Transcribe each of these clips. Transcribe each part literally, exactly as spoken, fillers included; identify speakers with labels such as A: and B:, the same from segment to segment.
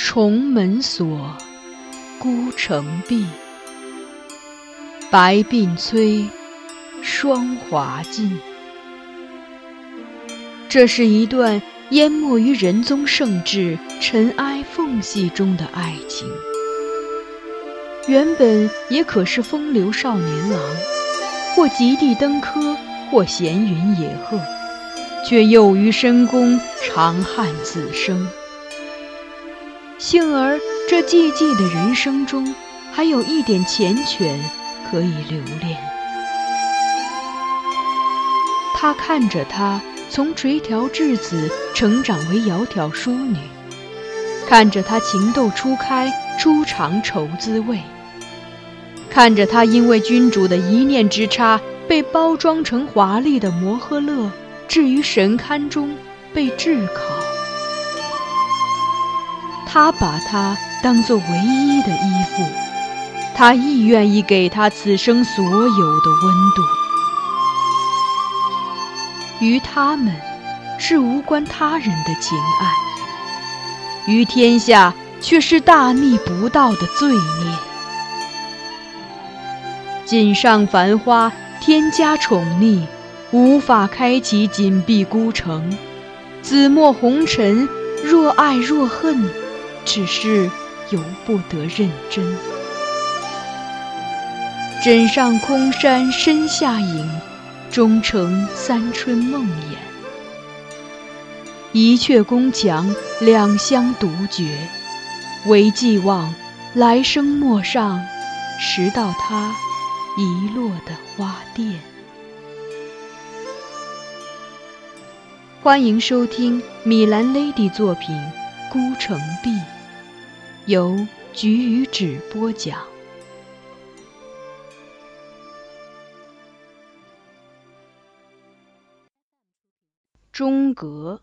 A: 重门锁，孤城闭。白鬓催，霜华尽。这是一段淹没于仁宗圣治尘埃缝隙中的爱情。原本也可是风流少年郎，或极地登科，或闲云野鹤，却又于深宫长叹此生。幸而这寂寂的人生中，还有一点缱绻可以留恋。他看着她从垂髫稚子成长为窈窕淑女，看着她情窦初开，初尝愁滋味，看着她因为君主的一念之差，被包装成华丽的摩诃勒，置于神龛中被炙烤。他把她当作唯一的依附，他亦愿意给她此生所有的温度。于他们是无关他人的情爱，于天下却是大逆不道的罪孽。锦上繁花，天加宠溺，无法开启紧闭孤城。紫陌红尘，若爱若恨，只是由不得认真。枕上空山深下影，终成三春梦魇。一阙宫墙，两相独绝，唯寄望来生陌上拾到他遗落的花钿。欢迎收听米兰 Lady 作品《孤城闭》，由菊与纸播讲。中阁，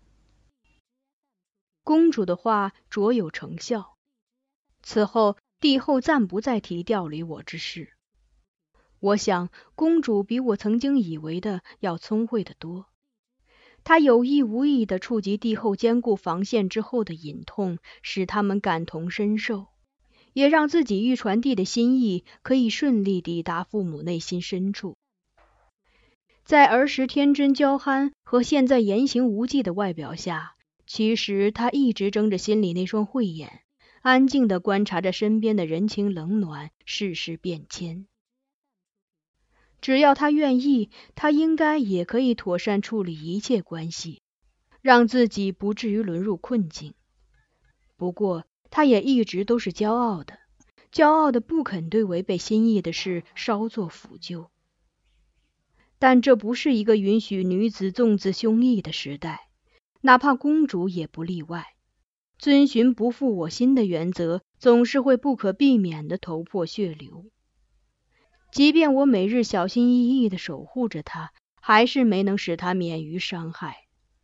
A: 公主的话卓有成效。此后帝后暂不再提调离我之事。我想公主比我曾经以为的要聪慧得多。她有意无意地触及帝后坚固防线之后的隐痛，使他们感同身受，也让自己欲传递的心意可以顺利抵达父母内心深处。在儿时天真娇憨和现在言行无忌的外表下，其实他一直睁着心里那双慧眼，安静地观察着身边的人情冷暖，世事变迁。只要他愿意，他应该也可以妥善处理一切关系，让自己不至于沦入困境。不过他也一直都是骄傲的，骄傲的不肯对违背心意的事稍作抚救。但这不是一个允许女子纵自胸臆的时代，哪怕公主也不例外。遵循不负我心的原则，总是会不可避免地头破血流。即便我每日小心翼翼地守护着她，还是没能使她免于伤害。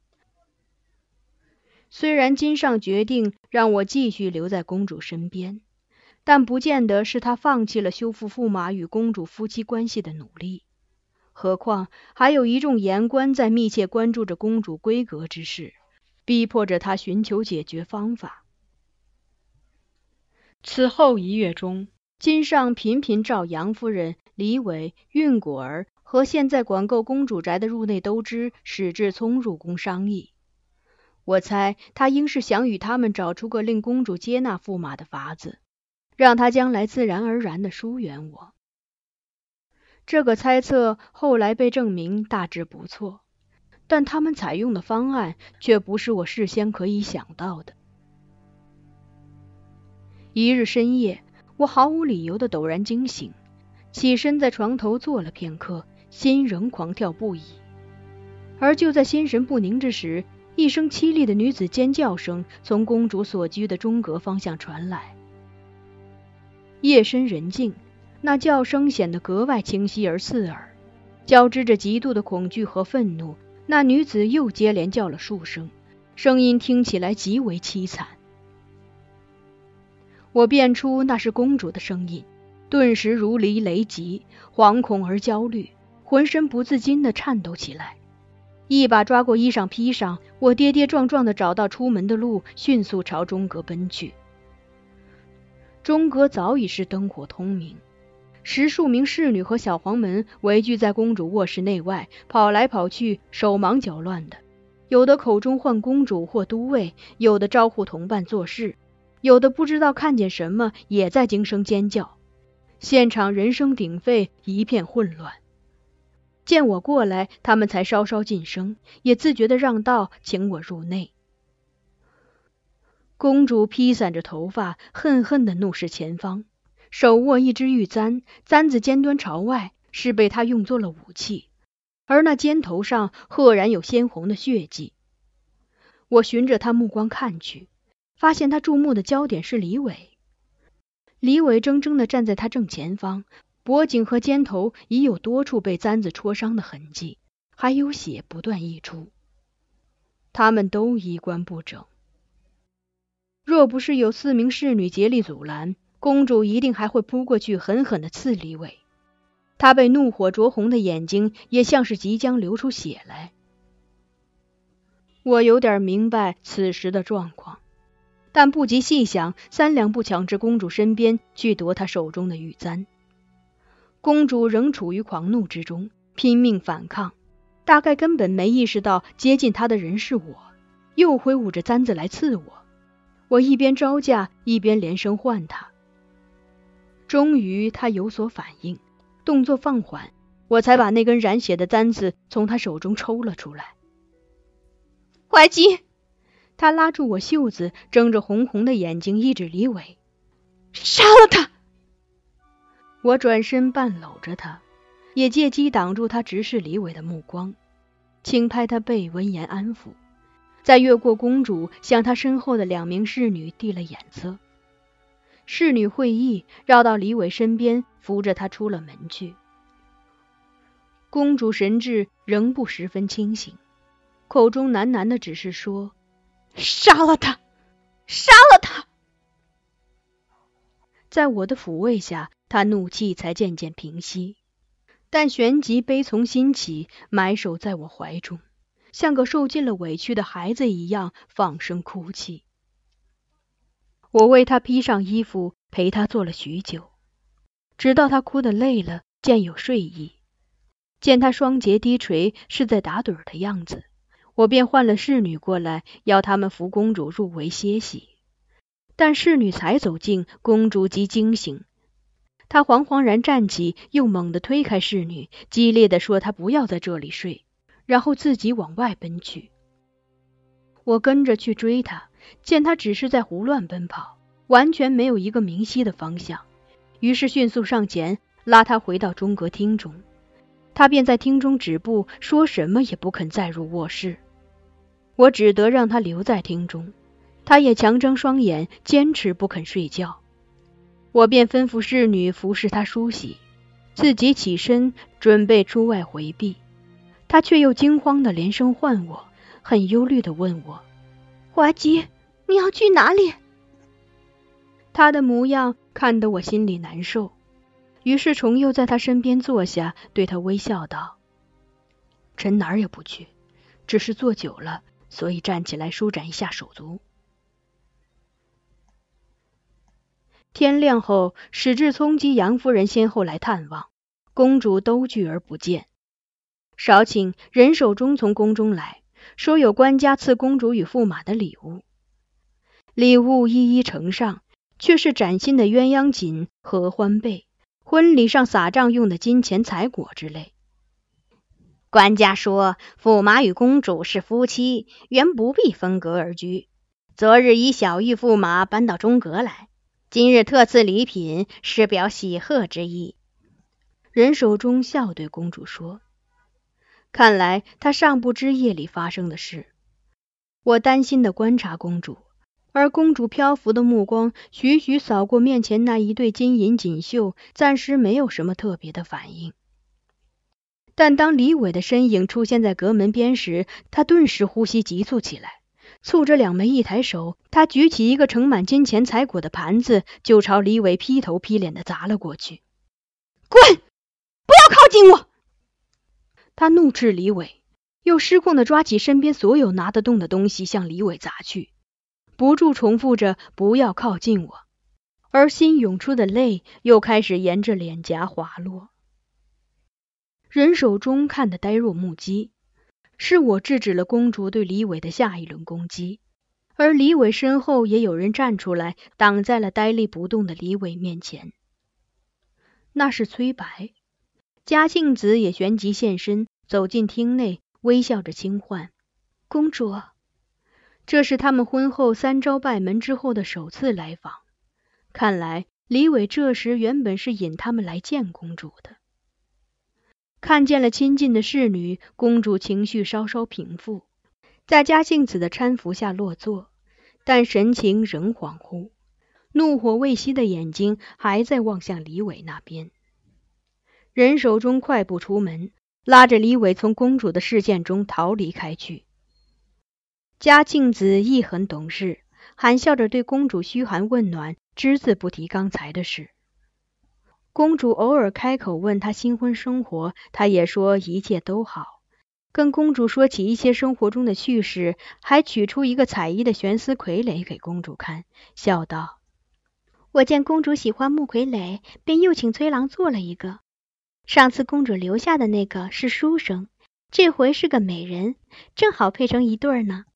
A: 虽然金上决定让我继续留在公主身边，但不见得是他放弃了修复驸马与公主夫妻关系的努力。何况还有一众言官在密切关注着公主闺阁之事，逼迫着他寻求解决方法。此后一月中，金上频频召杨夫人、李伟、运果儿和现在管购公主宅的入内都知、史志聪入宫商议。我猜他应是想与他们找出个令公主接纳驸马的法子，让他将来自然而然地疏远我。这个猜测后来被证明大致不错，但他们采用的方案却不是我事先可以想到的。一日深夜，我毫无理由的陡然惊醒，起身在床头坐了片刻，心仍狂跳不已。而就在心神不宁之时，一声凄厉的女子尖叫声从公主所居的中阁方向传来。夜深人静，那叫声显得格外清晰而刺耳，交织着极度的恐惧和愤怒。那女子又接连叫了数声，声音听起来极为凄惨。我辨出那是公主的声音，顿时如离雷击，惶恐而焦虑，浑身不自禁地颤抖起来。 一把抓过衣裳披上，我跌跌撞撞地找到出门的路，迅速朝中阁奔去。中阁早已是灯火通明，十数名侍女和小黄门围聚在公主卧室内外，跑来跑去，手忙脚乱的，有的口中唤公主或都尉，有的招呼同伴做事，有的不知道看见什么也在惊声尖叫，现场人声鼎沸，一片混乱。见我过来，他们才稍稍噤声，也自觉地让道，请我入内。公主披散着头发，恨恨地怒视前方，手握一支玉簪，簪子尖端朝外，是被她用作了武器，而那尖头上赫然有鲜红的血迹。我循着她目光看去，发现她注目的焦点是李伟。李伟怔怔地站在她正前方，脖颈和肩头已有多处被簪子戳伤的痕迹，还有血不断溢出。他们都衣冠不整，若不是有四名侍女竭力阻拦，公主一定还会扑过去狠狠地刺李伟。她被怒火灼红的眼睛也像是即将流出血来。我有点明白此时的状况，但不及细想，三两步抢至公主身边去夺她手中的玉簪。公主仍处于狂怒之中，拼命反抗，大概根本没意识到接近她的人是我，又挥舞着簪子来刺我。我一边招架，一边连声唤她。终于她有所反应，动作放缓，我才把那根染血的簪子从她手中抽了出来。怀吉！她拉住我袖子，睁着红红的眼睛一指李伟，杀了他！我转身半搂着他，也借机挡住他直视李伟的目光，轻拍他背，温言安抚，再越过公主，向他身后的两名侍女递了眼色。侍女会意，绕到李伟身边，扶着他出了门去。公主神志仍不十分清醒，口中喃喃的只是说：杀了他，杀了他。在我的抚慰下，他怒气才渐渐平息，但旋即悲从心起，埋首在我怀中，像个受尽了委屈的孩子一样放声哭泣。我为他披上衣服，陪他坐了许久，直到他哭得累了，渐有睡意。见他双睫低垂，是在打盹的样子，我便唤了侍女过来，要他们扶公主入围歇息。但侍女才走近，公主即惊醒，她惶惶然站起，又猛地推开侍女，激烈地说她不要在这里睡，然后自己往外奔去。我跟着去追她，见她只是在胡乱奔跑，完全没有一个明晰的方向，于是迅速上前拉她回到中阁厅中。她便在厅中止步，说什么也不肯再入卧室。我只得让她留在厅中，她也强睁双眼，坚持不肯睡觉。我便吩咐侍女服侍她梳洗，自己起身准备出外回避。她却又惊慌地连声唤我，很忧虑地问我：华吉，你要去哪里？她的模样看得我心里难受，于是重又在她身边坐下，对她微笑道：臣哪儿也不去，只是坐久了，所以站起来舒展一下手足。天亮后，史志聪及杨夫人先后来探望，公主都拒而不见。少顷，任守忠从宫中来，说有官家赐公主与驸马的礼物，礼物一一呈上，却是崭新的鸳鸯锦、合欢被，婚礼上撒账用的金钱彩果之类。
B: 官家说驸马与公主是夫妻，原不必分隔而居，昨日以小玉驸马搬到中阁来，今日特赐礼品，是表喜贺之意。
A: 任守忠笑对公主说：看来他尚不知夜里发生的事。我担心地观察公主，而公主漂浮的目光徐徐扫过面前那一对金银锦绣，暂时没有什么特别的反应。但当李伟的身影出现在阁门边时，他顿时呼吸急促起来，蹙着两眉一抬手，他举起一个盛满金钱彩果的盘子，就朝李伟劈头劈脸地砸了过去。滚！不要靠近我！他怒斥李伟， 又失控地抓起身边所有拿得动的东西向李伟砸去，不住重复着不要靠近我，而新涌出的泪又开始沿着脸颊滑落。人手中看得呆若木鸡，是我制止了公主对李伟的下一轮攻击，而李伟身后也有人站出来，挡在了呆立不动的李伟面前。那是崔白，嘉庆子也旋即现身，走进厅内，微笑着轻唤：“公主。”这是他们婚后三朝拜门之后的首次来访，看来李伟这时原本是引他们来见公主的。看见了亲近的侍女，公主情绪稍稍平复，在嘉庆子的搀扶下落座，但神情仍恍惚，怒火未熄的眼睛还在望向李伟那边。人手中快步出门，拉着李伟从公主的视线中逃离开去。嘉庆子亦很懂事，含笑着对公主嘘寒问暖，只字不提刚才的事。公主偶尔开口问她新婚生活，她也说一切都好，跟公主说起一些生活中的趣事，还取出一个彩衣的悬丝傀儡给公主看，笑道：“我见公主喜欢木傀儡，便又请崔郎做了一个。上次公主留下的那个是书生，这回是个美人，正好配成一对呢。”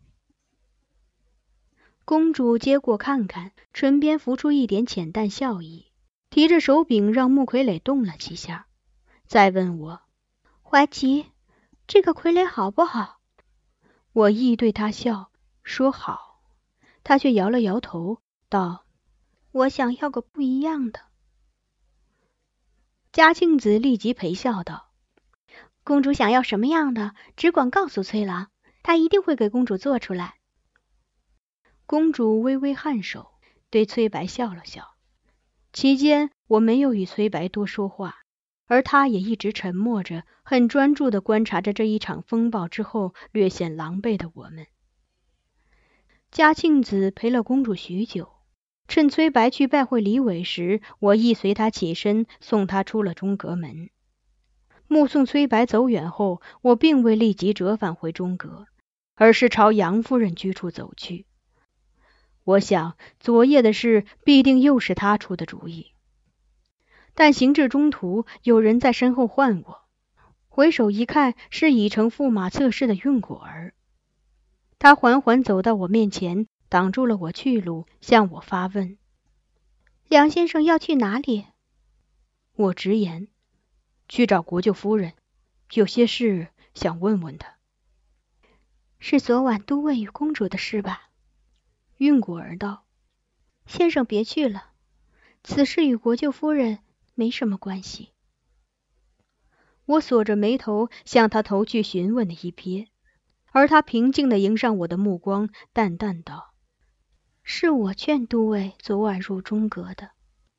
A: 公主接过看看，唇边浮出一点浅淡笑意，提着手柄让木傀儡动了几下，再问我：“怀吉，这个傀儡好不好？”我亦对他笑，说好，他却摇了摇头，道：“我想要个不一样的。”嘉庆子立即陪笑道：“公主想要什么样的，只管告诉崔郎，他一定会给公主做出来。”公主微微颔首，对崔白笑了笑。期间我没有与崔白多说话，而他也一直沉默着，很专注地观察着这一场风暴之后略显狼狈的我们。嘉庆子陪了公主许久，趁崔白去拜会李伟时，我亦随他起身送他出了中阁门。目送崔白走远后，我并未立即折返回中阁，而是朝杨夫人居处走去。我想昨夜的事必定又是他出的主意，但行至中途，有人在身后唤我，回首一看，是已乘驸马侧室的运果儿。他缓缓走到我面前，挡住了我去路，向我发问：“梁先生要去哪里？”我直言：“去找国舅夫人，有些事想问问她。”“是昨晚都尉与公主的事吧？”运果儿道：“先生别去了，此事与国舅夫人没什么关系。”我锁着眉头，向他投去询问的一瞥，而他平静地迎上我的目光，淡淡道：“是我劝都尉昨晚入中阁的。”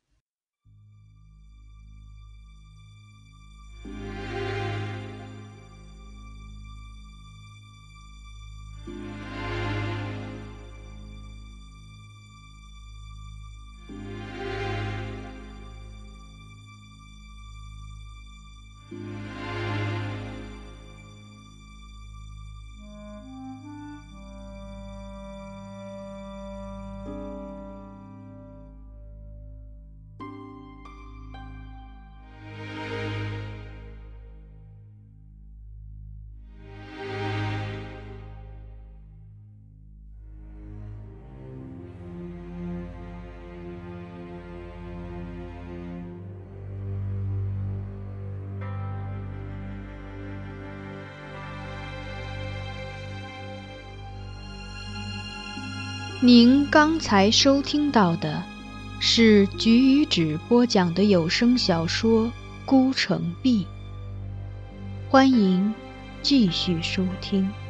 A: 您刚才收听到的是菊与纸播讲的有声小说《孤城闭》，欢迎继续收听。